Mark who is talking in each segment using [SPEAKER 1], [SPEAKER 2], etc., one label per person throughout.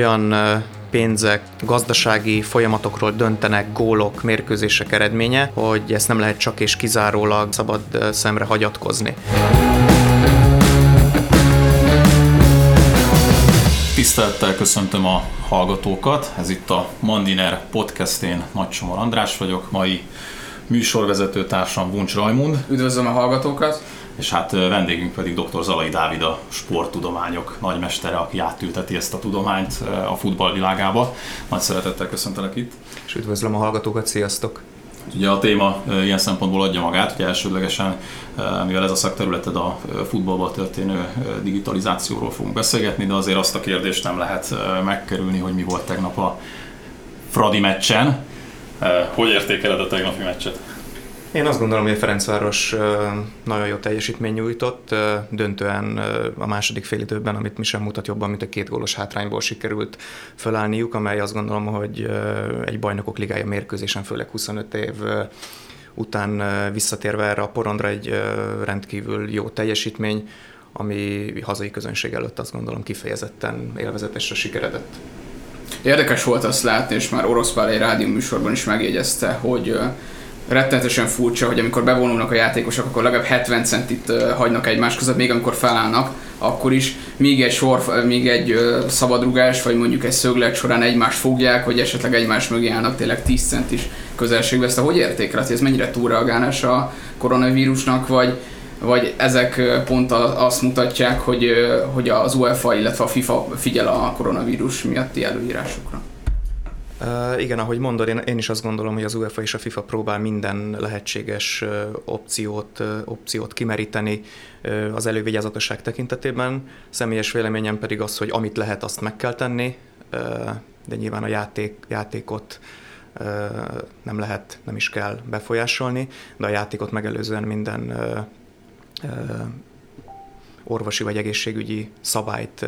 [SPEAKER 1] olyan pénzek, gazdasági folyamatokról döntenek gólok, mérkőzések eredménye, hogy ezt nem lehet csak és kizárólag szabad szemre hagyatkozni.
[SPEAKER 2] Tisztelettel köszöntöm a hallgatókat, ez itt a Mandiner Podcast, én Nagy Somor András vagyok, mai műsorvezető társam Buncs Rajmund.
[SPEAKER 3] Üdvözlöm a hallgatókat!
[SPEAKER 2] És hát vendégünk pedig dr. Zalai Dávid, a sporttudományok nagymestere, aki átülteti ezt a tudományt a futball világába. Nagy szeretettel köszöntelek itt.
[SPEAKER 1] És üdvözlöm a hallgatókat, sziasztok!
[SPEAKER 2] Ugye a téma ilyen szempontból adja magát, hogy elsődlegesen, mivel ez a szakterületed, a futballban történő digitalizációról fogunk beszélgetni, de azért azt a kérdést nem lehet megkerülni, hogy mi volt tegnap a Fradi meccsen. Hogy értékeled a tegnapi meccset?
[SPEAKER 1] Én azt gondolom, hogy a Ferencváros nagyon jó teljesítmény nyújtott, döntően a második félidőben, amit mi sem mutat jobban, mint a 2 gólos hátrányból sikerült fölállniuk, amely azt gondolom, hogy egy bajnokok ligája mérkőzésen, főleg 25 év után visszatérve erre a porondra egy rendkívül jó teljesítmény, ami hazai közönség előtt azt gondolom kifejezetten élvezetesre sikeredett.
[SPEAKER 3] Érdekes volt azt látni, és már Orosz Pál egy rádió műsorban is megjegyezte, hogy rettenetesen furcsa, hogy amikor bevonulnak a játékosok, akkor legalább 70 centit hagynak egymás között, még amikor felállnak, akkor is még egy szabadrugás, vagy mondjuk egy szöglet során egymást fogják, vagy esetleg egymás mögé állnak tényleg 10 centis közelségbe. Ezt hogy értékeled? Ez mennyire túlreagálás a koronavírusnak, vagy ezek pont azt mutatják, hogy az UEFA, illetve a FIFA figyel a koronavírus miatti előírásokra?
[SPEAKER 1] Igen, ahogy mondod, én is azt gondolom, hogy az UEFA és a FIFA próbál minden lehetséges opciót kimeríteni az elővigyázatosság tekintetében. Személyes véleményem pedig az, hogy amit lehet, azt meg kell tenni, de nyilván a játékot nem lehet, nem is kell befolyásolni, de a játékot megelőzően minden orvosi vagy egészségügyi szabályt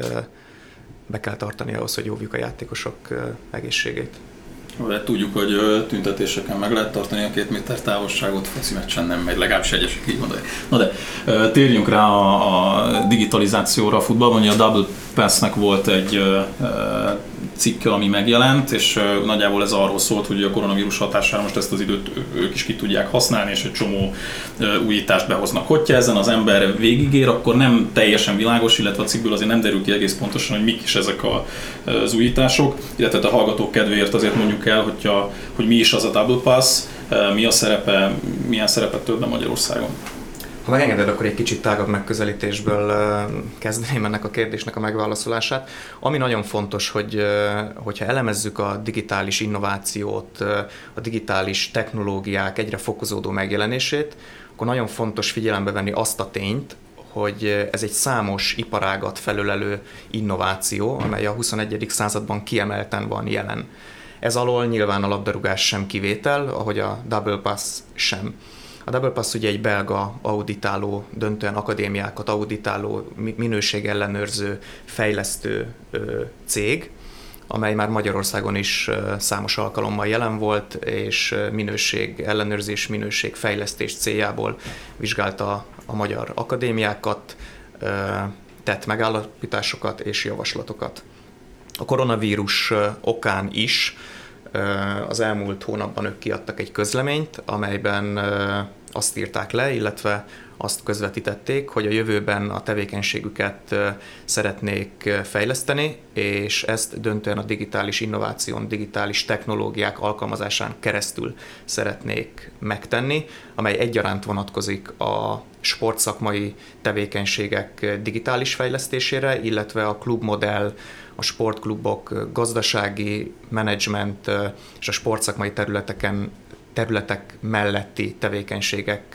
[SPEAKER 1] be kell tartani ahhoz, hogy óvjuk a játékosok egészségét.
[SPEAKER 2] Tudjuk, hogy tüntetéseken meg lehet tartani a 2 méter távolságot, foci meccsen nem megy, legalábbis egyesek így mondani. Na de térjünk rá a digitalizációra a futballban. A Double Pass-nek volt egy cikke, ami megjelent, és nagyjából ez arról szólt, hogy a koronavírus hatására most ezt az időt ők is ki tudják használni, és egy csomó újítást behoznak. Hogyha ezen az ember végigér, akkor nem teljesen világos, illetve a cikkből azért nem derül ki egész pontosan, hogy mik is ezek az újítások, illetve a hallgatók kedvéért azért mondjuk el, hogy mi is az a Double Pass, mi a szerepe, milyen szerepet tölt be Magyarországon.
[SPEAKER 1] Ha megengeded, akkor egy kicsit tágabb megközelítésből kezdeném ennek a kérdésnek a megválaszolását. Ami nagyon fontos, hogyha elemezzük a digitális innovációt, a digitális technológiák egyre fokozódó megjelenését, akkor nagyon fontos figyelembe venni azt a tényt, hogy ez egy számos iparágat felölelő innováció, amely a 21. században kiemelten van jelen. Ez alól nyilván a labdarúgás sem kivétel, ahogy a Double Pass sem. A Double Pass ugye egy belga auditáló, döntően akadémiákat auditáló, minőségellenőrző, fejlesztő cég, amely már Magyarországon is számos alkalommal jelen volt, és minőségellenőrzés, minőségfejlesztés céljából vizsgálta a magyar akadémiákat, tett megállapításokat és javaslatokat. A koronavírus okán is az elmúlt hónapban ők kiadtak egy közleményt, amelyben azt írták le, illetve azt közvetítették, hogy a jövőben a tevékenységüket szeretnék fejleszteni, és ezt döntően a digitális innováción, digitális technológiák alkalmazásán keresztül szeretnék megtenni, amely egyaránt vonatkozik a sportszakmai tevékenységek digitális fejlesztésére, illetve a klubmodell, a sportklubok gazdasági, menedzsment és a sportszakmai területek melletti tevékenységek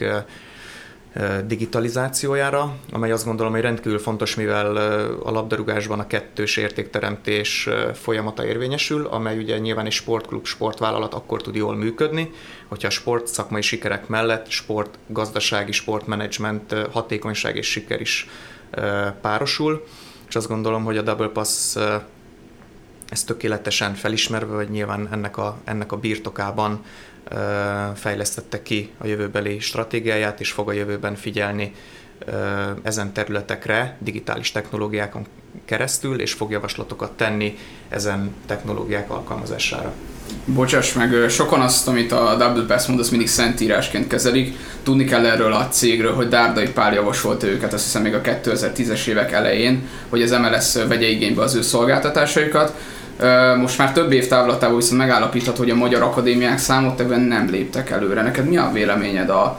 [SPEAKER 1] digitalizációjára, amely azt gondolom, hogy rendkívül fontos, mivel a labdarúgásban a kettős értékteremtés folyamata érvényesül, amely ugye nyilván egy sportklub, sportvállalat akkor tud jól működni, hogyha a sportszakmai sikerek mellett sportgazdasági, sportmenedzsment, hatékonyság és siker is párosul, és azt gondolom, hogy a Double Pass ezt tökéletesen felismerve, vagy nyilván ennek a birtokában fejlesztette ki a jövőbeli stratégiáját, és fog a jövőben figyelni ezen területekre digitális technológiákon keresztül, és fog javaslatokat tenni ezen technológiák alkalmazására.
[SPEAKER 3] Bocsáss meg, sokan azt, amit a Double Pass mond, azt mindig szentírásként kezelik. Tudni kell erről a cégről, hogy Dárdai Pál javasolta őket, azt hiszem még a 2010-es évek elején, hogy az MLS vegye igénybe az ő szolgáltatásaikat. Most már több év távlatában viszont megállapítható, hogy a magyar akadémiák számottevően nem léptek előre. Neked mi a véleményed a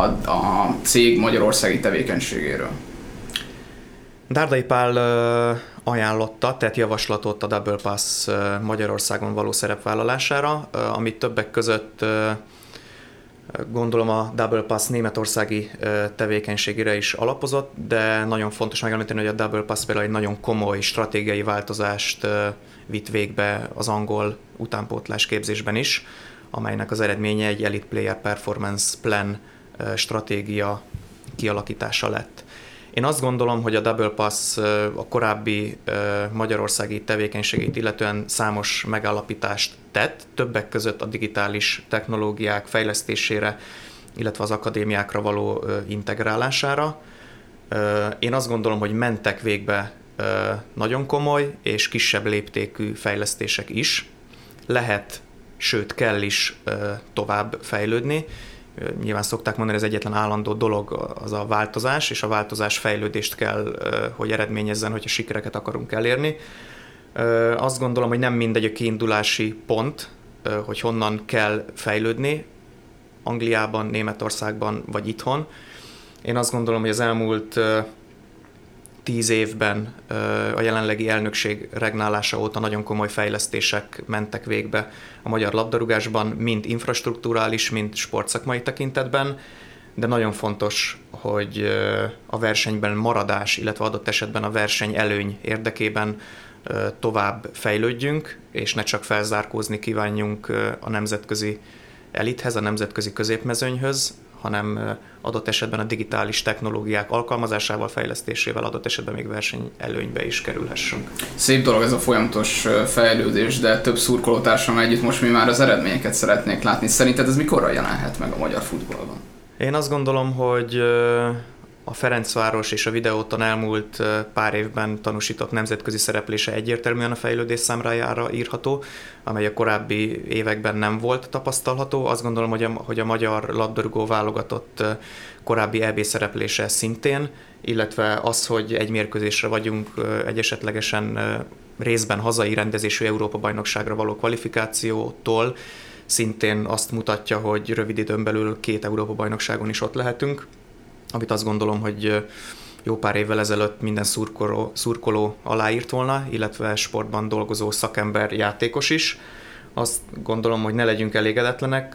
[SPEAKER 3] cég magyarországi tevékenységéről?
[SPEAKER 1] Dárdai Pál ajánlotta, tett javaslatot a Double Pass Magyarországon való szerepvállalására, amit többek között gondolom a Double Pass németországi tevékenységére is alapozott, de nagyon fontos megemlíteni, hogy a Double Pass például egy nagyon komoly stratégiai változást vitt végbe az angol utánpótlás képzésben is, amelynek az eredménye egy Elite Player Performance Plan stratégia kialakítása lett. Én azt gondolom, hogy a Double Pass a korábbi magyarországi tevékenységét illetően számos megállapítást tett, többek között a digitális technológiák fejlesztésére, illetve az akadémiákra való integrálására. Én azt gondolom, hogy mentek végbe nagyon komoly és kisebb léptékű fejlesztések is. Lehet, sőt kell is tovább fejlődni. Nyilván szokták mondani, hogy ez egyetlen állandó dolog az a változás, és a változás fejlődést kell, hogy eredményezzen, hogyha sikereket akarunk elérni. Azt gondolom, hogy nem mindegy a kiindulási pont, hogy honnan kell fejlődni, Angliában, Németországban vagy itthon. Én azt gondolom, hogy az elmúlt 10 évben a jelenlegi elnökség regnálása óta nagyon komoly fejlesztések mentek végbe a magyar labdarúgásban, mind infrastrukturális, mind sportszakmai tekintetben, de nagyon fontos, hogy a versenyben maradás, illetve adott esetben a verseny előny érdekében tovább fejlődjünk, és ne csak felzárkózni kívánjunk a nemzetközi elithez, a nemzetközi középmezőnyhöz, hanem adott esetben a digitális technológiák alkalmazásával, fejlesztésével adott esetben még versenyelőnybe is kerülhessünk.
[SPEAKER 3] Szép dolog ez a folyamatos fejlődés, de több szurkolótársam együtt most mi már az eredményeket szeretnék látni. Szerinted ez mikorra jelenhet meg a magyar futballban?
[SPEAKER 1] Én azt gondolom, hogy a Ferencváros és a Videóton elmúlt pár évben tanúsított nemzetközi szereplése egyértelműen a fejlődés számrájára írható, amely a korábbi években nem volt tapasztalható. Azt gondolom, hogy a magyar labdarúgó válogatott korábbi EB szereplése szintén, illetve az, hogy egy mérkőzésre vagyunk egy esetlegesen részben hazai rendezésű Európa-bajnokságra való kvalifikációtól, szintén azt mutatja, hogy rövid időn belül 2 Európa-bajnokságon is ott lehetünk, amit azt gondolom, hogy jó pár évvel ezelőtt minden szurkoló aláírt volna, illetve sportban dolgozó szakember, játékos is. Azt gondolom, hogy ne legyünk elégedetlenek,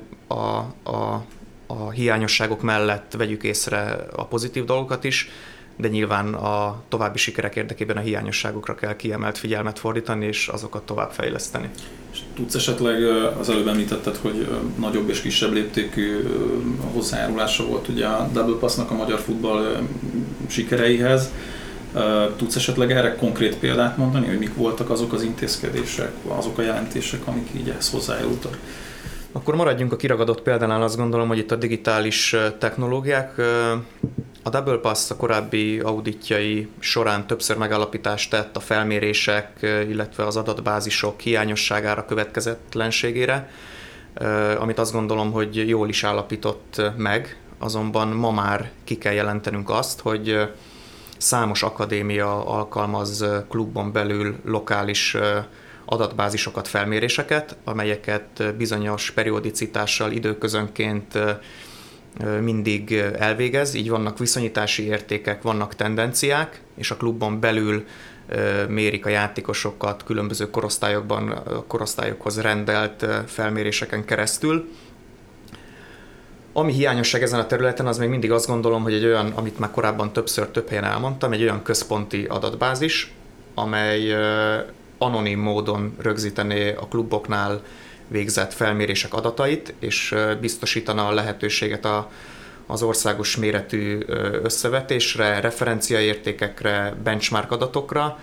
[SPEAKER 1] a hiányosságok mellett vegyük észre a pozitív dolgokat is, de nyilván a további sikerek érdekében a hiányosságokra kell kiemelt figyelmet fordítani, és azokat tovább fejleszteni.
[SPEAKER 2] És tudsz esetleg, az előbb említetted, hogy nagyobb és kisebb léptékű hozzájárulása volt ugye a Double Passnak a magyar futball sikereihez. Tudsz esetleg erre konkrét példát mondani, hogy mik voltak azok az intézkedések, azok a jelentések, amik így ehhez hozzájárultak?
[SPEAKER 1] Akkor maradjunk a kiragadott példánál, azt gondolom, hogy itt a digitális technológiák. A Double Pass a korábbi auditjai során többször megállapítást tett a felmérések, illetve az adatbázisok hiányosságára, következetlenségére, amit azt gondolom, hogy jól is állapított meg, azonban ma már ki kell jelentenünk azt, hogy számos akadémia alkalmaz klubon belül lokális adatbázisokat, felméréseket, amelyeket bizonyos periodicitással időközönként mindig elvégez, így vannak viszonyítási értékek, vannak tendenciák, és a klubon belül mérik a játékosokat különböző korosztályokhoz rendelt felméréseken keresztül. Ami hiányosság ezen a területen, az még mindig azt gondolom, hogy egy olyan, amit már korábban több helyen elmondtam, egy olyan központi adatbázis, amely anonim módon rögzítené a kluboknál végzett felmérések adatait, és biztosítana a lehetőséget az országos méretű összevetésre, referenciaértékekre, benchmark adatokra,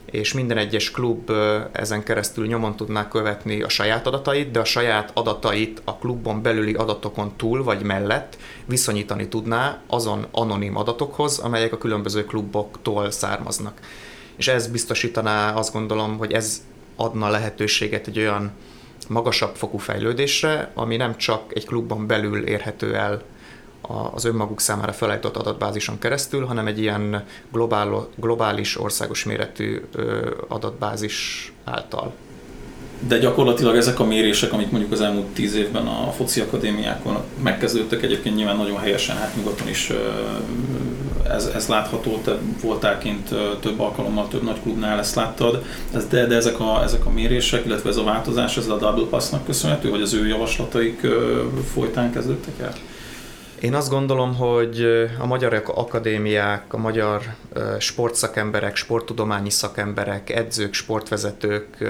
[SPEAKER 1] és minden egyes klub ezen keresztül nyomon tudná követni a saját adatait, de a saját adatait a klubon belüli adatokon túl vagy mellett viszonyítani tudná azon anonim adatokhoz, amelyek a különböző kluboktól származnak. És ez biztosítaná, azt gondolom, hogy ez adna lehetőséget egy olyan magasabb fokú fejlődésre, ami nem csak egy klubban belül érhető el az önmaguk számára felállított adatbázison keresztül, hanem egy ilyen globális, országos méretű adatbázis által.
[SPEAKER 2] De gyakorlatilag ezek a mérések, amik mondjuk az elmúlt 10 évben a foci akadémiákon megkezdődtek, egyébként nyilván nagyon helyesen, hát nyugaton is ez látható, te voltál kint több alkalommal, több nagy klubnál, ezt láttad, de ezek a mérések, illetve ez a változás, ez a Double Pass-nak köszönhető, vagy az ő javaslataik folytán kezdődtek el?
[SPEAKER 1] Én azt gondolom, hogy a magyar akadémiák, a magyar sportszakemberek, sporttudományi szakemberek, edzők, sportvezetők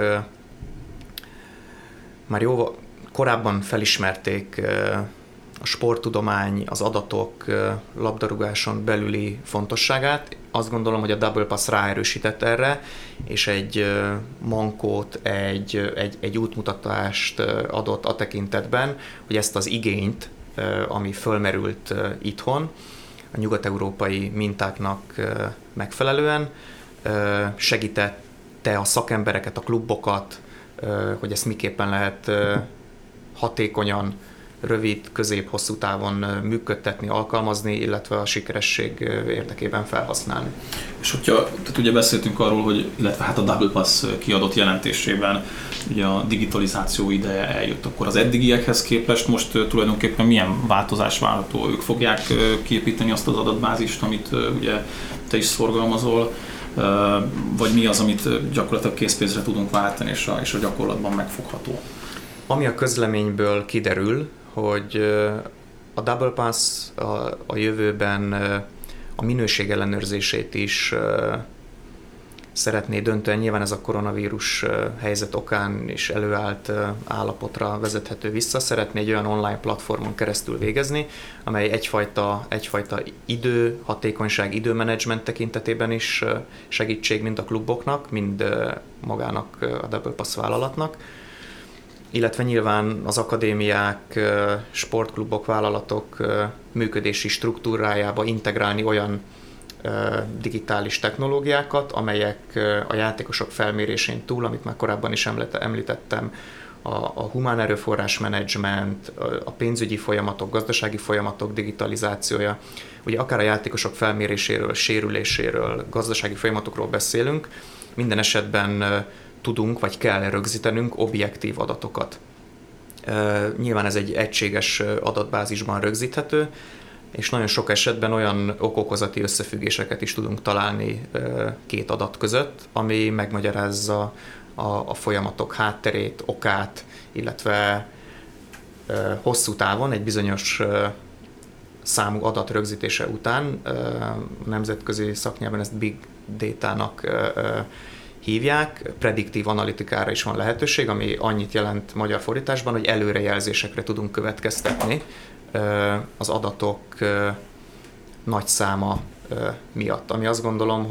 [SPEAKER 1] már jóval korábban felismerték a sporttudomány, az adatok labdarúgáson belüli fontosságát. Azt gondolom, hogy a Double Pass ráerősített erre, és egy mankót, egy útmutatást adott a tekintetben, hogy ezt az igényt, ami fölmerült itthon, a nyugat-európai mintáknak megfelelően, segítette a szakembereket, a klubokat, hogy ezt miképpen lehet hatékonyan, rövid, közép-hosszú távon működtetni, alkalmazni, illetve a sikeresség érdekében felhasználni.
[SPEAKER 2] És hogyha, tehát ugye beszéltünk arról, hogy, illetve hát a Double Pass kiadott jelentésében ugye a digitalizáció ideje eljött, akkor az eddigiekhez képest most tulajdonképpen milyen változás várható? Ők fogják kiépíteni azt az adatbázist, amit ugye te is szorgalmazol, vagy mi az, amit gyakorlatilag készpénzre tudunk váltani, és a gyakorlatban megfogható?
[SPEAKER 1] Ami a közleményből kiderül, hogy a Double Pass a jövőben a minőség ellenőrzését is szeretné döntően, nyilván ez a koronavírus helyzet okán is előállt állapotra vezethető vissza, szeretné egy olyan online platformon keresztül végezni, amely egyfajta idő, hatékonyság, időmenedzsment tekintetében is segítség mind a kluboknak, mind magának a Double Pass vállalatnak, illetve nyilván az akadémiák, sportklubok, vállalatok működési struktúrájába integrálni olyan digitális technológiákat, amelyek a játékosok felmérésén túl, amit már korábban is említettem, a humán erőforrás menedzsment, a pénzügyi folyamatok, gazdasági folyamatok digitalizációja, ugye akár a játékosok felméréséről, sérüléséről, gazdasági folyamatokról beszélünk, minden esetben tudunk, vagy kell rögzítenünk objektív adatokat. Nyilván ez egy egységes adatbázisban rögzíthető, és nagyon sok esetben olyan okokozati összefüggéseket is tudunk találni két adat között, ami megmagyarázza a folyamatok hátterét, okát, illetve hosszú távon egy bizonyos számú adat rögzítése után, a nemzetközi szaknyelven ezt Big Data-nak hívják, prediktív analitikára is van lehetőség, ami annyit jelent magyar fordításban, hogy előrejelzésekre tudunk következtetni az adatok nagy száma miatt. Ami azt gondolom,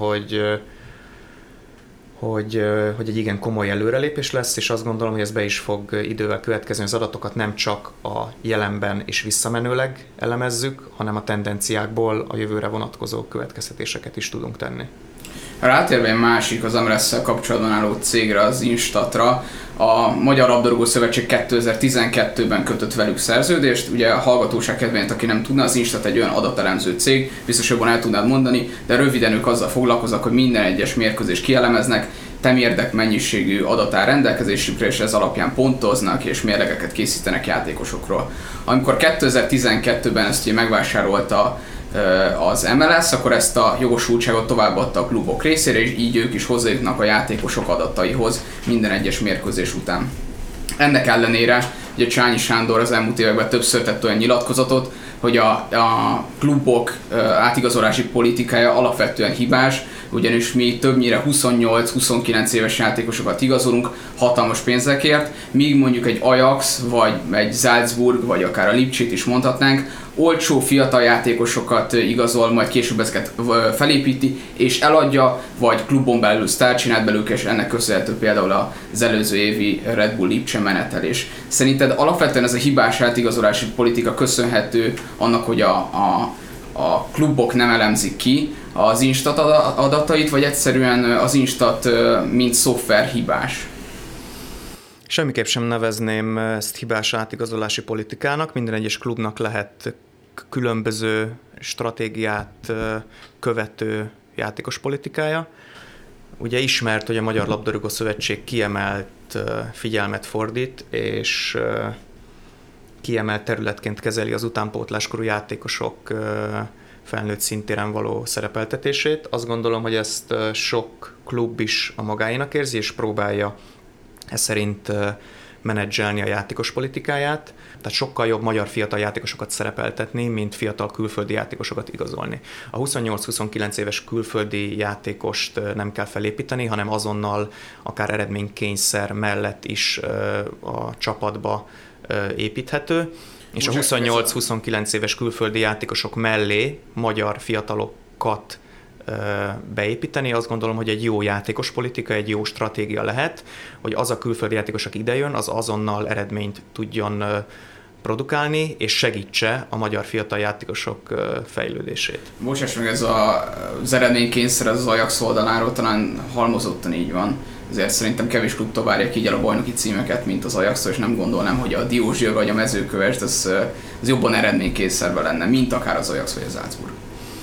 [SPEAKER 1] hogy egy igen komoly előrelépés lesz, és azt gondolom, hogy ez be is fog idővel következni, az adatokat nem csak a jelenben és visszamenőleg elemezzük, hanem a tendenciákból a jövőre vonatkozó következtetéseket is tudunk tenni.
[SPEAKER 3] Rátérve egy másik az Amresszel kapcsolatban álló cégre, az Instatra, a Magyar Labdarúgó Szövetség 2012-ben kötött velük szerződést. Ugye a hallgatóság kedvéért, aki nem tudná, az Instat egy olyan adatelemző cég, biztos jobban el tudnád mondani, de röviden ők azzal foglalkoznak, hogy minden egyes mérkőzést kielemeznek, temérdek mennyiségű adat áll rendelkezésükre, és ez alapján pontoznak és mérlegeket készítenek játékosokról. Amikor 2012-ben ezt ugye megvásárolta az MLS, akkor ezt a jogosultságot továbbadta a klubok részére, és így ők is hozzájutnak a játékosok adataihoz minden egyes mérkőzés után. Ennek ellenére ugye Csányi Sándor az elmúlt években többször tett olyan nyilatkozatot, hogy a klubok átigazolási politikája alapvetően hibás, ugyanis mi többnyire 28-29 éves játékosokat igazolunk hatalmas pénzekért, míg mondjuk egy Ajax, vagy egy Salzburg, vagy akár a Lipcsit is mondhatnánk, olcsó fiatal játékosokat igazol, majd később ezeket felépíti és eladja, vagy klubon belül sztár csinált belőlük, és ennek köszönhető például az előző évi Red Bull Lipcse menetelés. Szerinted alapvetően ez a hibás átigazolási politika köszönhető annak, hogy a klubok nem elemzik ki az Instat adatait, vagy egyszerűen az Instat mint szoftver hibás?
[SPEAKER 1] Semmiképp sem nevezném ezt hibás átigazolási politikának. Minden egyes klubnak lehet különböző stratégiát követő játékos politikája. Ugye ismert, hogy a Magyar Labdarúgó Szövetség kiemelt figyelmet fordít, és kiemelt területként kezeli az utánpótláskorú játékosok felnőtt szintéren való szerepeltetését. Azt gondolom, hogy ezt sok klub is a magáénak érzi, és próbálja ez szerint menedzselni a játékos politikáját. Tehát sokkal jobb magyar fiatal játékosokat szerepeltetni, mint fiatal külföldi játékosokat igazolni. A 28-29 éves külföldi játékost nem kell felépíteni, hanem azonnal akár eredménykényszer mellett is a csapatba építhető. És a 28-29 éves külföldi játékosok mellé magyar fiatalokat beépíteni, azt gondolom, hogy egy jó játékos politika, egy jó stratégia lehet, hogy az a külföldi játékos, aki idejön, az azonnal eredményt tudjon produkálni, és segítse a magyar fiatal játékosok fejlődését.
[SPEAKER 3] Bocsáss meg, ez az eredménykényszer az Ajax oldaláról talán halmozottan így van. Ezért szerintem kevés klubtól várják így el a bajnoki címeket, mint az Ajax, és nem gondolnám, hogy a Diósgyőr vagy a Mezőkövesd az jobban eredménykényszerben lenne, mint akár az Ajax vagy az Salzburg.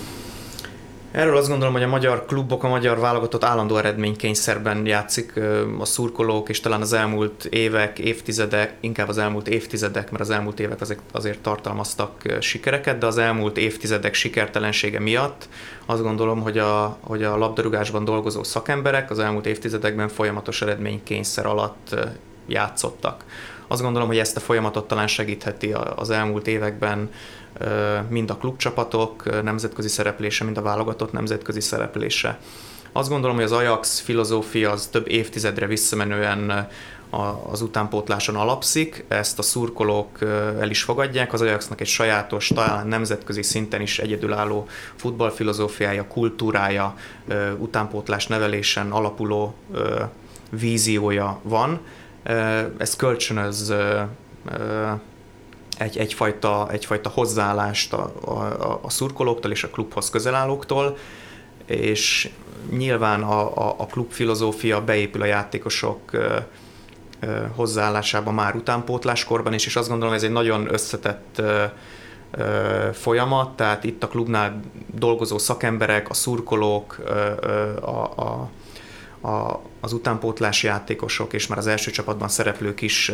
[SPEAKER 1] Erről azt gondolom, hogy a magyar klubok, a magyar válogatott állandó eredménykényszerben játszik. A szurkolók, és talán az elmúlt évek, évtizedek, inkább az elmúlt évtizedek, mert az elmúlt évek azért tartalmaztak sikereket, de az elmúlt évtizedek sikertelensége miatt azt gondolom, hogy a labdarúgásban dolgozó szakemberek az elmúlt évtizedekben folyamatos eredménykényszer alatt játszottak. Azt gondolom, hogy ezt a folyamatot talán segítheti az elmúlt években mind a klubcsapatok nemzetközi szereplése, mind a válogatott nemzetközi szereplése. Azt gondolom, hogy az Ajax filozófia az több évtizedre visszamenően az utánpótláson alapszik, ezt a szurkolók el is fogadják, az Ajaxnak egy sajátos, talán nemzetközi szinten is egyedülálló futballfilozófiája, kultúrája, utánpótlás nevelésen alapuló víziója van. Ez kölcsönöz egyfajta hozzáállást a szurkolóktól és a klubhoz közelállóktól, és nyilván a klub filozófia beépül a játékosok hozzáállásába már utánpótláskorban is, és azt gondolom, ez egy nagyon összetett folyamat, tehát itt a klubnál dolgozó szakemberek, a szurkolók, az utánpótlás játékosok és már az első csapatban szereplők is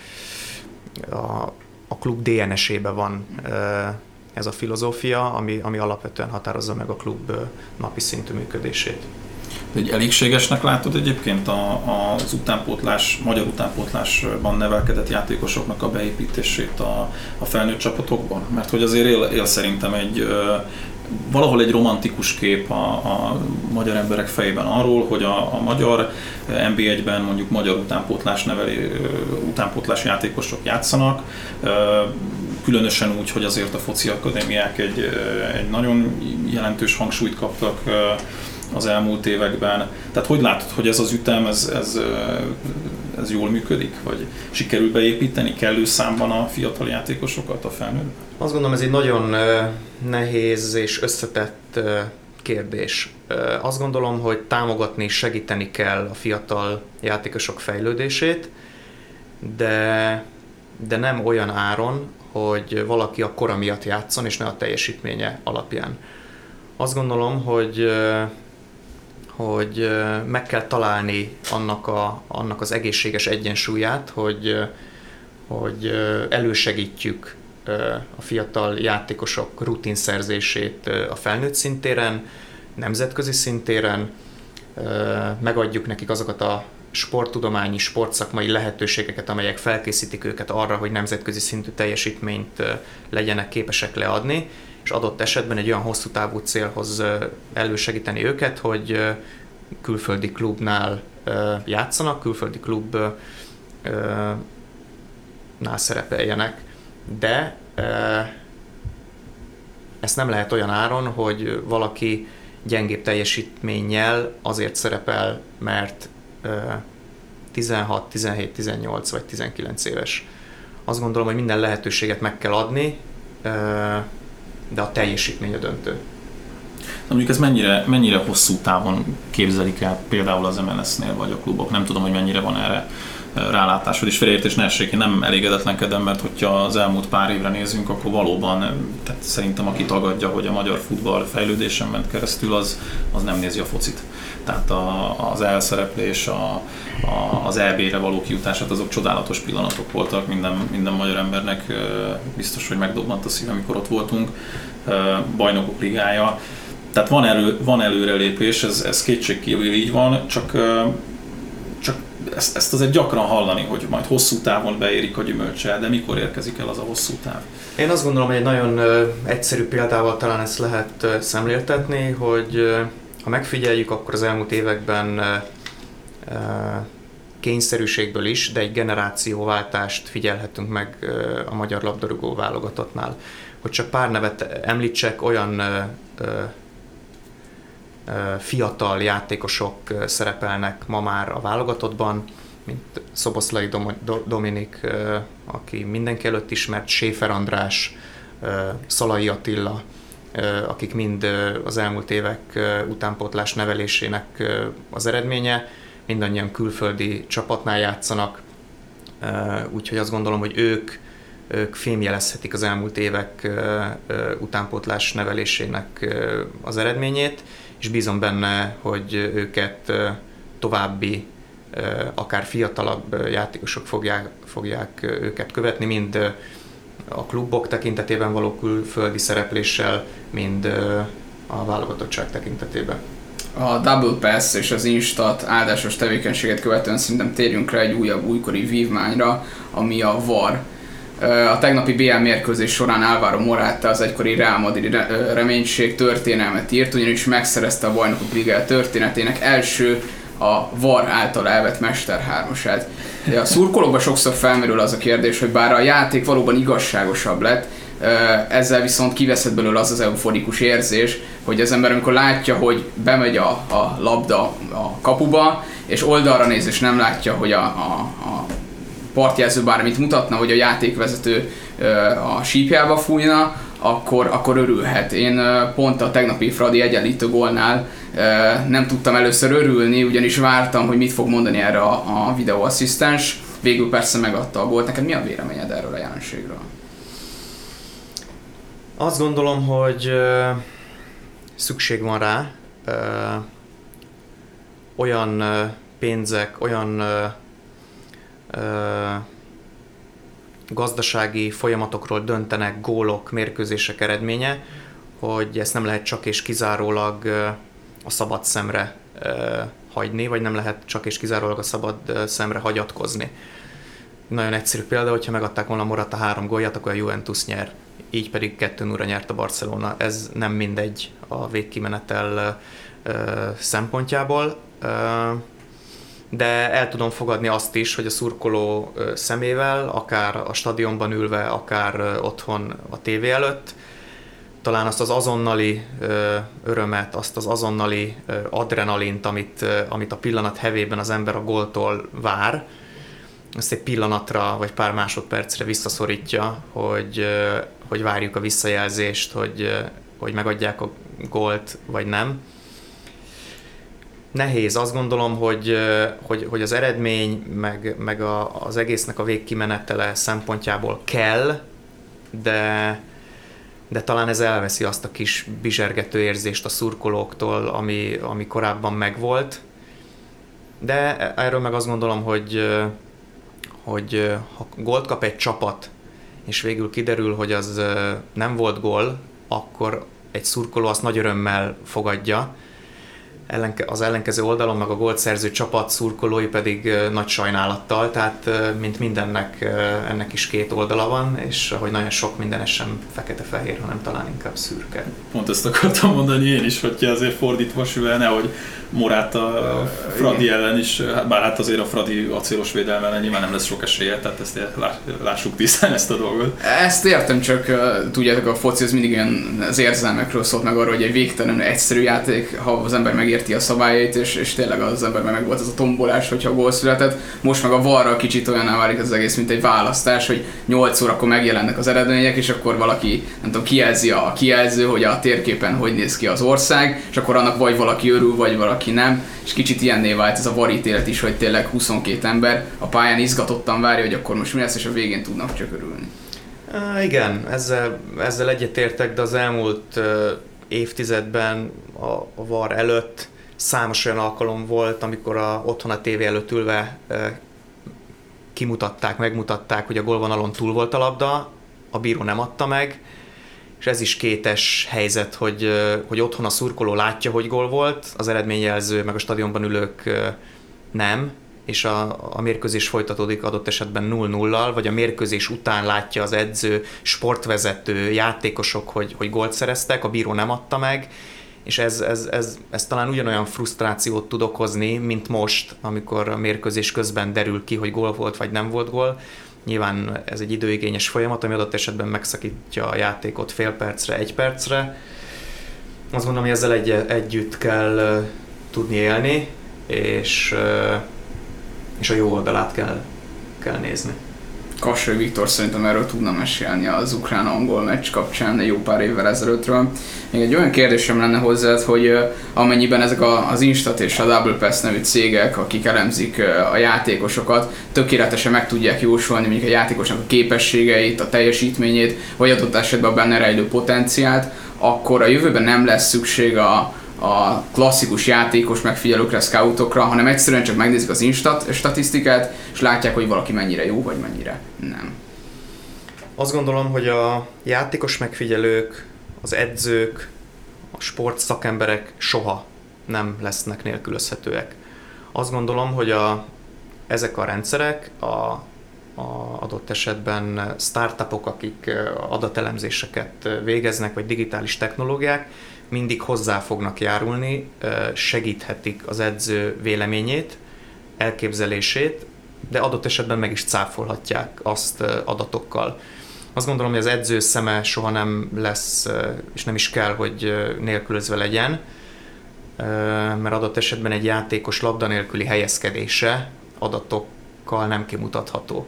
[SPEAKER 1] a klub DNS-ébe van ez a filozófia, ami alapvetően határozza meg a klub napi szintű működését.
[SPEAKER 2] Egy elégségesnek látod egyébként az magyar utánpótlásban nevelkedett játékosoknak a beépítését a felnőtt csapatokban? Mert hogy azért él szerintem valahol egy romantikus kép a magyar emberek fejében arról, hogy a magyar NB1-ben mondjuk magyar utánpótlás játékosok játszanak, különösen úgy, hogy azért a foci akadémiák egy nagyon jelentős hangsúlyt kaptak az elmúlt években. Tehát hogy látod, hogy ez az ütem, ez jól működik? Vagy sikerül beépíteni kellő számban a fiatal játékosokat a felnőttben?
[SPEAKER 1] Azt gondolom, ez egy nagyon nehéz és összetett kérdés. Azt gondolom, hogy támogatni és segíteni kell a fiatal játékosok fejlődését, de nem olyan áron, hogy valaki a kora miatt játszon, és ne a teljesítménye alapján. Azt gondolom, hogy meg kell találni annak az egészséges egyensúlyát, hogy elősegítjük a fiatal játékosok rutinszerzését a felnőtt szintéren, nemzetközi szintéren, megadjuk nekik azokat a sporttudományi, sportszakmai lehetőségeket, amelyek felkészítik őket arra, hogy nemzetközi szintű teljesítményt legyenek képesek leadni, és adott esetben egy olyan hosszú távú célhoz elősegíteni őket, hogy külföldi klubnál játszanak, külföldi klubnál szerepeljenek, de ezt nem lehet olyan áron, hogy valaki gyengébb teljesítménnyel azért szerepel, mert 16, 17, 18 vagy 19 éves. Azt gondolom, hogy minden lehetőséget meg kell adni, de a teljesítmény a döntő.
[SPEAKER 2] Na mondjuk ez mennyire hosszú távon képzelik el például az MLS-nél vagy a klubok? Nem tudom, hogy mennyire van erre rálátásod, és félreértés ne essék, én nem elégedetlenkedem, mert hogyha az elmúlt pár évre nézünk, akkor valóban, tehát szerintem aki tagadja, hogy a magyar futball fejlődésen ment keresztül, az nem nézi a focit. Tehát az elszereplés, az EB-re való kijutását, azok csodálatos pillanatok voltak, minden magyar embernek biztos, hogy megdobbant a szíve, amikor ott voltunk. Bajnokok ligája. Tehát van előrelépés, ez kétségkívül így van, csak ezt azért gyakran hallani, hogy majd hosszú távon beérik a gyümölcse, de mikor érkezik el az a hosszú táv?
[SPEAKER 1] Én azt gondolom, hogy egy nagyon egyszerű példával talán ezt lehet szemléltetni, hogy ha megfigyeljük, akkor az elmúlt években kényszerűségből is, de egy generációváltást figyelhetünk meg a magyar labdarúgó válogatottnál. Hogy csak pár nevet említsek, olyan fiatal játékosok szerepelnek ma már a válogatottban, mint Szoboszlai Dominik, aki mindenki előtt ismert, Schäfer András, Szalai Attila, akik mind az elmúlt évek utánpótlás nevelésének az eredménye, mindannyian külföldi csapatnál játszanak, úgyhogy azt gondolom, hogy ők fémjelezhetik az elmúlt évek utánpótlás nevelésének az eredményét, és bízom benne, hogy őket további, akár fiatalabb játékosok fogják őket követni, mind a klubok tekintetében való külföldi szerepléssel, mind a válogatottság tekintetében.
[SPEAKER 3] A Double Pass és az Instat áldásos tevékenységet követően szerintem térjünk rá egy újabb újkori vívmányra, ami a VAR. A tegnapi BL mérkőzés során Álvaro Morata, az egykori Real Madrid reménység történelmet írt, ugyanis megszerezte a Bajnokok Ligája történetének első a VAR által elvett Mester 3-asát. A szurkolókban sokszor felmerül az a kérdés, hogy bár a játék valóban igazságosabb lett, ezzel viszont kiveszett belőle az euforikus érzés, hogy az ember amikor látja, hogy bemegy a labda a kapuba, és oldalra néz és nem látja, hogy a partjelző bármit mutatna, hogy a játékvezető a sípjába fújna, akkor örülhet. Én pont a tegnapi Fradi egyenlítő gólnál nem tudtam először örülni, ugyanis vártam, hogy mit fog mondani erre a videóasszisztens. Végül persze megadta a gólt. Neked mi a véleményed erről a jelenségről?
[SPEAKER 1] Azt gondolom, hogy szükség van rá. Olyan pénzek, olyan gazdasági folyamatokról döntenek gólok, mérkőzések eredménye, hogy ezt nem lehet csak és kizárólag a szabad szemre hagyni, vagy nem lehet csak és kizárólag a szabad szemre hagyatkozni. Nagyon egyszerű példa, hogyha megadták volna Morata 3 gólját, akkor a Juventus nyer. Így pedig 2-0-ra nyert a Barcelona. Ez nem mindegy a végkimenetel szempontjából. De el tudom fogadni azt is, hogy a szurkoló szemével, akár a stadionban ülve, akár otthon a tévé előtt, talán azt az azonnali örömet, azt az azonnali adrenalint, amit a pillanat hevében az ember a góltól vár, azt egy pillanatra vagy pár másodpercre visszaszorítja, hogy várjuk a visszajelzést, hogy megadják a gólt, vagy nem. Nehéz, azt gondolom, hogy az eredmény, meg az egésznek a végkimenetele szempontjából kell, de talán ez elveszi azt a kis bizsergető érzést a szurkolóktól, ami korábban megvolt. De erről meg azt gondolom, hogy ha gólt kap egy csapat, és végül kiderül, hogy az nem volt gól, akkor egy szurkoló azt nagy örömmel fogadja. az ellenkező oldalon, meg a gólszerző csapat szurkolói pedig nagy sajnálattal, tehát mint mindennek, ennek is két oldala van, és ahogy nagyon sok minden, ez sem fekete-fehér, hanem talán inkább szürke.
[SPEAKER 2] Pont ezt akartam mondani én is, hogyha azért fordítva sülne, hogy Morata Fradi ellen is, bár hát azért a Fradi acélos védelme ellen nyilván nem lesz sok esélye, tehát ezt lássuk tisztán ezt a dolgot.
[SPEAKER 3] Ezt értem, csak tudjátok, a foci az mindig ilyen az érzelmekről szólt meg arról, hogy egy végtelen egyszerű játék, ha az ember megérti a szabályait, és tényleg az ember meg volt az a tombolás, hogyha gól született. Most meg a VAR-ral kicsit olyanná válik az egész, mint egy választás, hogy 8 órakor megjelennek az eredmények, és akkor valaki, nem tudom, kijelzi a kijelző, hogy a térképen hogy néz ki az ország, és akkor annak vagy valaki örül, vagy valaki nem, és kicsit ilyenné vált ez a VAR ítélet is, hogy tényleg 22 ember a pályán izgatottan várja, hogy akkor most mi lesz, és a végén tudnak csak örülni.
[SPEAKER 1] Igen, ezzel egyetértek, de az elmúlt évtizedben a VAR előtt számos olyan alkalom volt, amikor otthon a tévé előtt ülve megmutatták, hogy a gólvonalon túl volt a labda, a bíró nem adta meg, és ez is kétes helyzet, hogy otthon a szurkoló látja, hogy gól volt, az eredményjelző, meg a stadionban ülők nem, és a mérkőzés folytatódik adott esetben 0-0-al, vagy a mérkőzés után látja az edző, sportvezető, játékosok, hogy gólt szereztek, a bíró nem adta meg, és ez talán ugyanolyan frusztrációt tud okozni, mint most, amikor a mérkőzés közben derül ki, hogy gól volt, vagy nem volt gól. Nyilván ez egy időigényes folyamat, ami adott esetben megszakítja a játékot fél percre, 1 percre. Azt gondolom, hogy ezzel együtt kell tudni élni, és a jó oldalát kell nézni.
[SPEAKER 3] Kassai Viktor szerintem erről tudna mesélni az ukrán-angol meccs kapcsán jó pár évvel ezelőttről. Még egy olyan kérdésem lenne hozzád, hogy amennyiben ezek az Instat és a Double Pass nevű cégek, akik elemzik a játékosokat, tökéletesen meg tudják jósolni mondjuk a játékosnak a képességeit, a teljesítményét, vagy adott esetben a benne rejlő potenciált, akkor a jövőben nem lesz szükség a klasszikus játékos megfigyelőkre, scoutokra, hanem egyszerűen csak megnézik az statisztikát, és látják, hogy valaki mennyire jó, vagy mennyire nem.
[SPEAKER 1] Azt gondolom, hogy a játékos megfigyelők, az edzők, a sportszakemberek soha nem lesznek nélkülözhetőek. Azt gondolom, hogy ezek a rendszerek, adott esetben startupok, akik adatelemzéseket végeznek, vagy digitális technológiák, mindig hozzá fognak járulni, segíthetik az edző véleményét, elképzelését, de adott esetben meg is cáfolhatják azt adatokkal. Azt gondolom, hogy az edző szeme soha nem lesz, és nem is kell, hogy nélkülözve legyen, mert adott esetben egy játékos labda nélküli helyezkedése adatokkal nem kimutatható.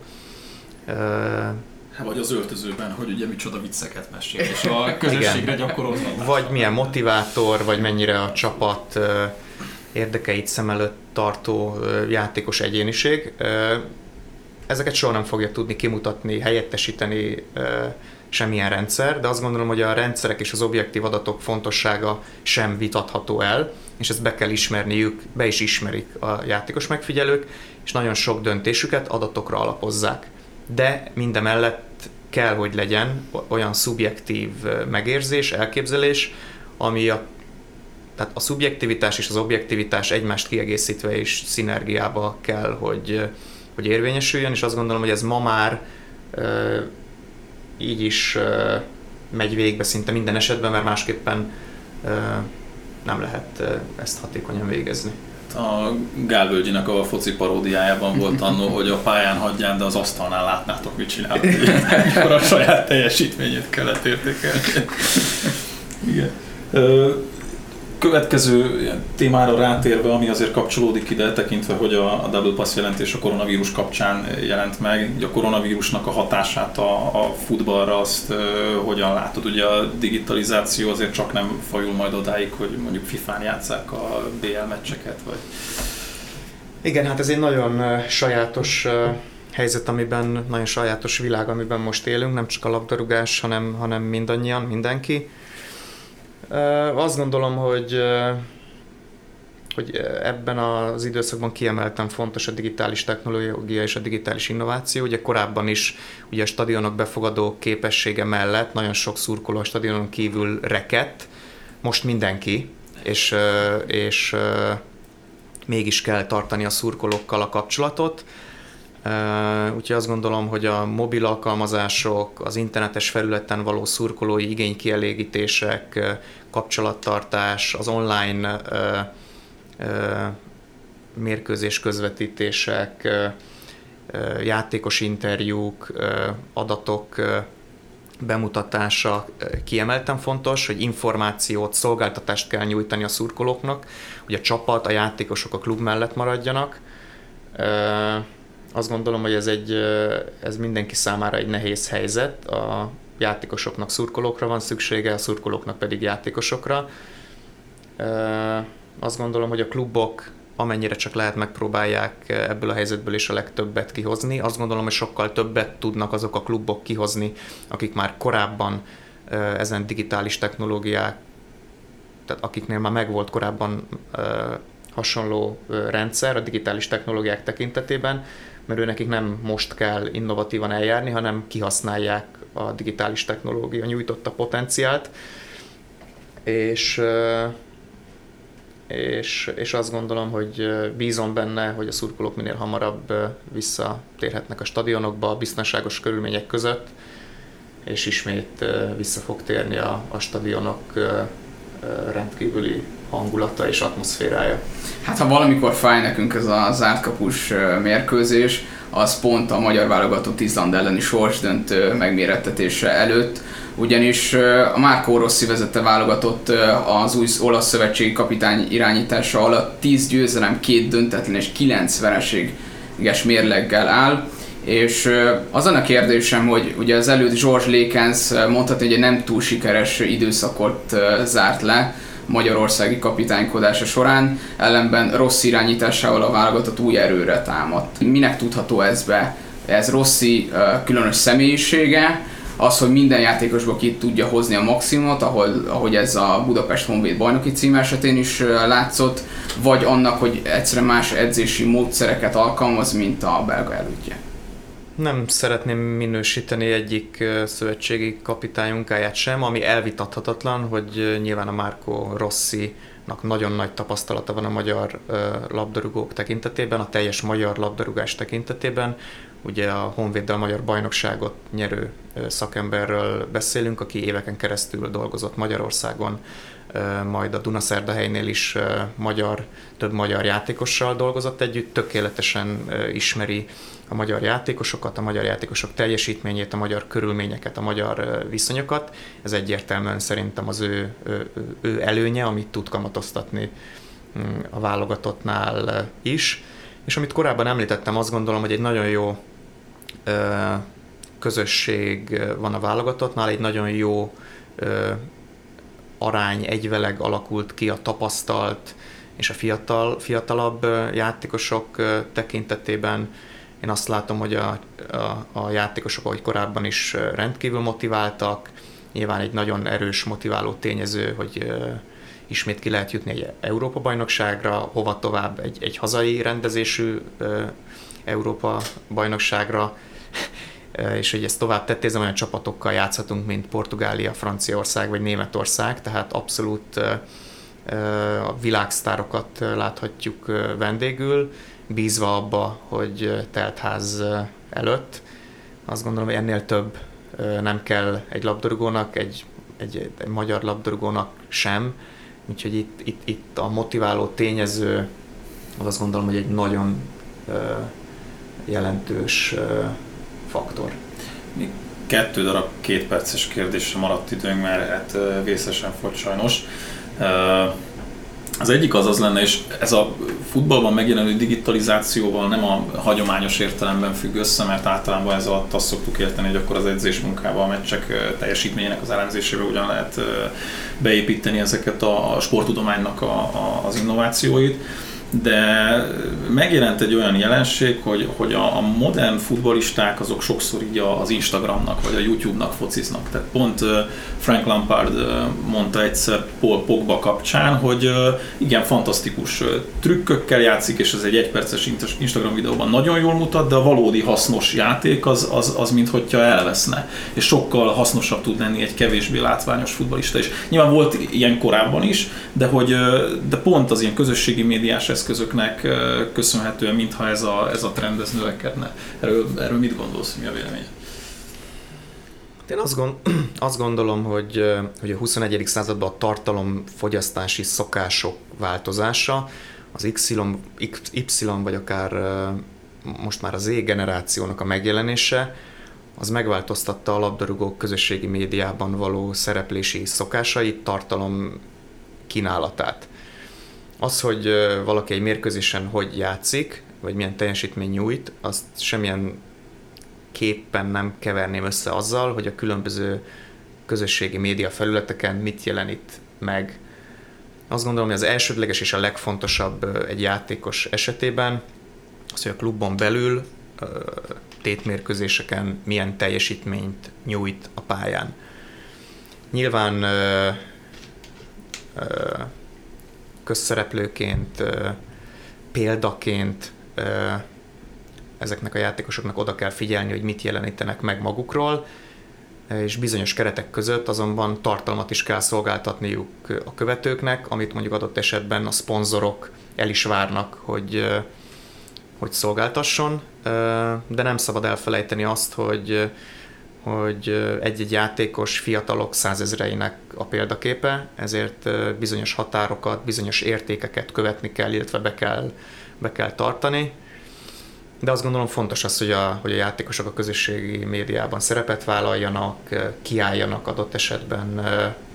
[SPEAKER 2] Vagy az öltözőben, hogy ugye micsoda vicceket mesél, és a közösségre gyakorolnak.
[SPEAKER 1] Vagy milyen motivátor, vagy mennyire a csapat érdekeit szem előtt tartó játékos egyéniség. Ezeket soha nem fogja tudni kimutatni, helyettesíteni semmilyen rendszer, de azt gondolom, hogy a rendszerek és az objektív adatok fontossága sem vitatható el, és ezt be kell ismerniük, be is ismerik a játékos megfigyelők, és nagyon sok döntésüket adatokra alapozzák. De mindemellett kell, hogy legyen olyan szubjektív megérzés, elképzelés, ami tehát a szubjektivitás és az objektivitás egymást kiegészítve és szinergiába kell, hogy érvényesüljön, és azt gondolom, hogy ez ma már így is megy végbe szinte minden esetben, mert másképpen nem lehet ezt hatékonyan végezni.
[SPEAKER 2] A Gál Völgyinek a foci paródiájában volt annó, hogy a pályán hagyján, de az asztalnál látnátok, mit csinálni. Akkor a saját teljesítményét kellett értékelni. Igen. Következő témára rátérve, ami azért kapcsolódik ide, tekintve, hogy a Double Pass jelentés a koronavírus kapcsán jelent meg, a koronavírusnak a hatását a futballra, azt hogyan látod? Ugye a digitalizáció azért csak nem fajul majd odáig, hogy mondjuk FIFA-n játsszák a BL meccseket, vagy...
[SPEAKER 1] Igen, hát ez egy nagyon sajátos helyzet, nagyon sajátos világ, amiben most élünk, nem csak a labdarúgás, hanem mindannyian, mindenki. Azt gondolom, hogy ebben az időszakban kiemelten fontos a digitális technológia és a digitális innováció. Ugye korábban is ugye a stadionok befogadó képessége mellett nagyon sok szurkoló a stadionon kívül rekedt, most mindenki és mégis kell tartani a szurkolókkal a kapcsolatot. Úgyhogy azt gondolom, hogy a mobil alkalmazások, az internetes felületen való szurkolói igénykielégítések, kapcsolattartás, az online mérkőzés közvetítések, játékos interjúk, adatok bemutatása kiemelten fontos, hogy információt, szolgáltatást kell nyújtani a szurkolóknak, hogy a csapat, a játékosok a klub mellett maradjanak. Azt gondolom, hogy ez mindenki számára egy nehéz helyzet. A játékosoknak szurkolókra van szüksége, a szurkolóknak pedig játékosokra. Azt gondolom, hogy a klubok amennyire csak lehet megpróbálják ebből a helyzetből is a legtöbbet kihozni. Azt gondolom, hogy sokkal többet tudnak azok a klubok kihozni, akik már korábban ezen digitális technológiák, tehát akiknél már megvolt korábban hasonló rendszer a digitális technológiák tekintetében, mert őnekik nem most kell innovatívan eljárni, hanem kihasználják a digitális technológia nyújtotta potenciált, és azt gondolom, hogy bízom benne, hogy a szurkolók minél hamarabb visszatérhetnek a stadionokba biztonságos körülmények között, és ismét vissza fog térni a stadionok rendkívüli hangulata és atmoszférája.
[SPEAKER 3] Hát ha valamikor fáj nekünk ez a zártkapus mérkőzés, az pont a magyar válogatott Izland elleni sorsdöntő megmérettetése előtt, ugyanis a Marco Rossi vezette válogatott az új olasz szövetségi kapitány irányítása alatt 10 győzelem, 2 döntetlen és 9 vereséges mérleggel áll, és az a kérdésem, hogy ugye az előtt George Lekens mondhatni, hogy egy nem túl sikeres időszakot zárt le magyarországi kapitánykodása során, ellenben Rossi irányításával a válogatott új erőre támadt. Minek tudható ez be? Ez Rossi különös személyisége, az, hogy minden játékosból ki tudja hozni a maximumot, ahogy ez a Budapest Honvéd bajnoki cím esetén is látszott, vagy annak, hogy egyszerűen más edzési módszereket alkalmaz, mint a belga elődje.
[SPEAKER 1] Nem szeretném minősíteni egyik szövetségi kapitány munkáját sem, ami elvitathatatlan, hogy nyilván a Marco Rossinak nagyon nagy tapasztalata van a magyar labdarúgók tekintetében, a teljes magyar labdarúgás tekintetében. Ugye a Honvéddel magyar bajnokságot nyerő szakemberről beszélünk, aki éveken keresztül dolgozott Magyarországon, majd a Dunaszerdahelynél is több magyar játékossal dolgozott együtt, tökéletesen ismeri a magyar játékosokat, a magyar játékosok teljesítményét, a magyar körülményeket, a magyar viszonyokat. Ez egyértelműen szerintem az ő előnye, amit tud kamatoztatni a válogatottnál is. És amit korábban említettem, azt gondolom, hogy egy nagyon jó közösség van a válogatottnál, egy nagyon jó arány, egyveleg alakult ki a tapasztalt és a fiatalabb játékosok tekintetében. Én azt látom, hogy a játékosok, ahogy korábban is rendkívül motiváltak, nyilván egy nagyon erős motiváló tényező, hogy ismét ki lehet jutni egy Európa-bajnokságra, hova tovább egy hazai rendezésű Európa-bajnokságra, és hogy ezt tovább tettézem, olyan csapatokkal játszhatunk, mint Portugália, Franciaország vagy Németország, tehát abszolút a világsztárokat láthatjuk vendégül, bízva abba, hogy teltház előtt. Azt gondolom, hogy ennél több nem kell egy labdarúgónak, egy magyar labdarúgónak sem, úgyhogy itt a motiváló tényező, az azt gondolom, hogy egy nagyon jelentős faktor.
[SPEAKER 2] Még 2 darab 2 perces kérdésre maradt időnk, mert hát vészesen fogy sajnos. Az egyik az lenne, és ez a futballban megjelenő digitalizációval nem a hagyományos értelemben függ össze, mert általában ez alatt azt szoktuk érteni, hogy akkor az edzésmunkával, a meccsek teljesítményének az elemzésébe ugyan lehet beépíteni ezeket a sporttudománynak az innovációit. de megjelent egy olyan jelenség, hogy a modern futballisták azok sokszor így az Instagramnak vagy a YouTube-nak fociznak. Tehát pont Frank Lampard mondta egyszer Paul Pogba kapcsán, hogy igen, fantasztikus trükkökkel játszik, és ez egy egyperces Instagram videóban nagyon jól mutat, de a valódi hasznos játék az minthogyha elveszne. És sokkal hasznosabb tud lenni egy kevésbé látványos futballista is. Nyilván volt ilyen korábban is, de pont az ilyen közösségi médiás eszközöknek köszönhetően, mintha ez a trend ez növekedne. Erről mit gondolsz, mi a vélemény?
[SPEAKER 1] Én azt gondolom, hogy a 21. században a tartalomfogyasztási szokások változása, az Y vagy akár most már az Z generációnak a megjelenése, az megváltoztatta a labdarúgók közösségi médiában való szereplési szokásait, tartalom kínálatát. Az, hogy valaki egy mérkőzésen hogy játszik, vagy milyen teljesítmény nyújt, azt semmilyen képpen nem keverném össze azzal, hogy a különböző közösségi média felületeken mit jelenít meg. Azt gondolom, hogy az elsődleges és a legfontosabb egy játékos esetében az, hogy a klubon belül tétmérkőzéseken milyen teljesítményt nyújt a pályán. Nyilván közszereplőként, példaként ezeknek a játékosoknak oda kell figyelni, hogy mit jelenítenek meg magukról, és bizonyos keretek között azonban tartalmat is kell szolgáltatniuk a követőknek, amit mondjuk adott esetben a szponzorok el is várnak, hogy szolgáltasson, de nem szabad elfelejteni azt, hogy egy-egy játékos fiatalok százezreinek a példaképe, ezért bizonyos határokat, bizonyos értékeket követni kell, illetve be kell tartani. De azt gondolom fontos az, hogy a játékosok a közösségi médiában szerepet vállaljanak, kiálljanak adott esetben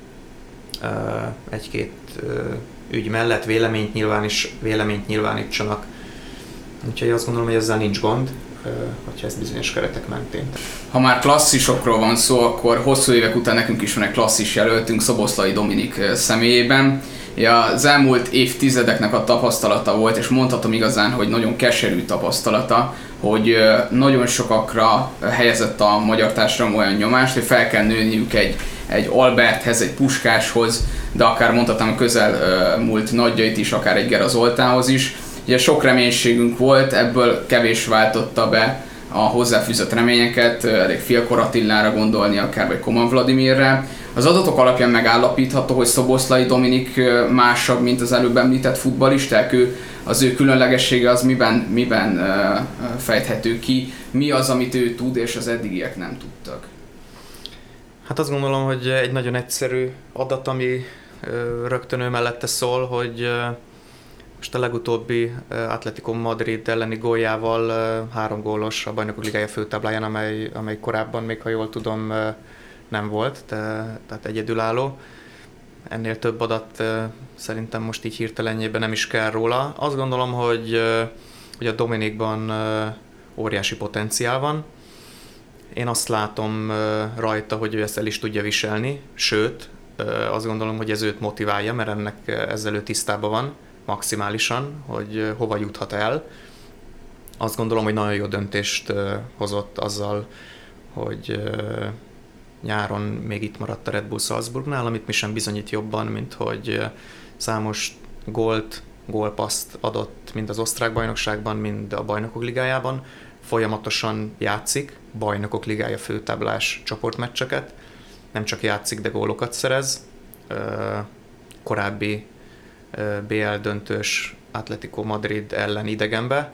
[SPEAKER 1] egy-két ügy mellett, véleményt nyilvánítsanak. Úgyhogy azt gondolom, hogy ezzel nincs gond, hogyha ezt bizonyos keretek mentén.
[SPEAKER 3] Ha már klasszisokról van szó, akkor hosszú évek után nekünk is van egy klasszis jelöltünk, Szoboszlai Dominik személyében. Az elmúlt évtizedeknek a tapasztalata volt, és mondhatom igazán, hogy nagyon keserű tapasztalata, hogy nagyon sokakra helyezett a magyar társadalom olyan nyomást, hogy fel kell nőniük egy Alberthez, egy Puskáshoz, de akár mondhatnám a közelmúlt nagyjait is, akár egy Gera Zoltánhoz is. Ugye sok reménységünk volt, ebből kevés váltotta be a hozzáfűzött reményeket, elég Filkor Attilára gondolni, akár vagy Koman Vladimirre. Az adatok alapján megállapítható, hogy Szoboszlai Dominik másabb, mint az előbb említett futballisták. Az ő különlegessége az miben fejthető ki? Mi az, amit ő tud, és az eddigiek nem tudtak?
[SPEAKER 1] Hát azt gondolom, hogy egy nagyon egyszerű adat, ami rögtön ő mellette szól, hogy most a legutóbbi Atletico Madrid elleni góljával 3 gólos a Bajnokok Ligája főtábláján, amely korábban még, ha jól tudom, nem volt, tehát egyedülálló. Ennél több adat szerintem most így hirtelenjében nem is kell róla. Azt gondolom, hogy a Dominikban óriási potenciál van. Én azt látom rajta, hogy ő ezt el is tudja viselni, sőt, azt gondolom, hogy ez őt motiválja, mert ezzel ő tisztában van maximálisan, hogy hova juthat el. Azt gondolom, hogy nagyon jó döntést hozott azzal, hogy nyáron még itt maradt a Red Bull Salzburgnál, amit mi sem bizonyít jobban, mint hogy számos gólpasszt adott mind az osztrák bajnokságban, mind a Bajnokok Ligájában. Folyamatosan játszik, Bajnokok Ligája főtáblás csoportmeccseket, nem csak játszik, de gólokat szerez. Korábbi BL döntős Atletico Madrid ellen idegenbe.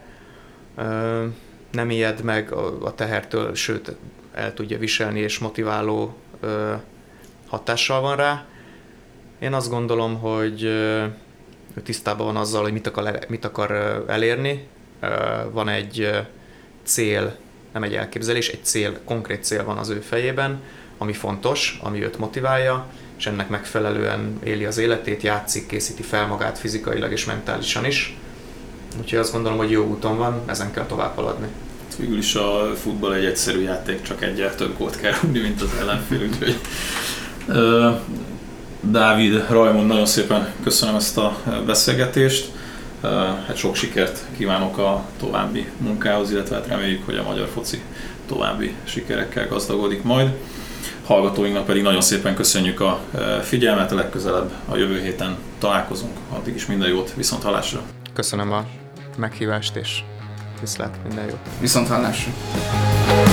[SPEAKER 1] Nem ijed meg a tehertől, sőt el tudja viselni, és motiváló hatással van rá. Én azt gondolom, hogy ő tisztában van azzal, hogy mit akar elérni. Van egy cél, nem egy elképzelés, egy cél, konkrét cél van az ő fejében, ami fontos, ami őt motiválja, és ennek megfelelően éli az életét, játszik, készíti fel magát fizikailag és mentálisan is. Úgyhogy azt gondolom, hogy jó úton van, ezen kell tovább haladni.
[SPEAKER 2] Végül is a futball egy egyszerű játék, csak egyel több gólt kell rúgni, mint az ellenfél, úgyhogy Dávid, Rajmond, nagyon szépen köszönöm ezt a beszélgetést. Hát sok sikert kívánok a további munkához, illetve hát reméljük, hogy a magyar foci további sikerekkel gazdagodik majd. Hallgatóinknak pedig nagyon szépen köszönjük a figyelmet, a legközelebb a jövő héten találkozunk. Addig is minden jót, viszont hallásra!
[SPEAKER 1] Köszönöm a meghívást, és viszlát, minden jót!
[SPEAKER 3] Viszont hallásra!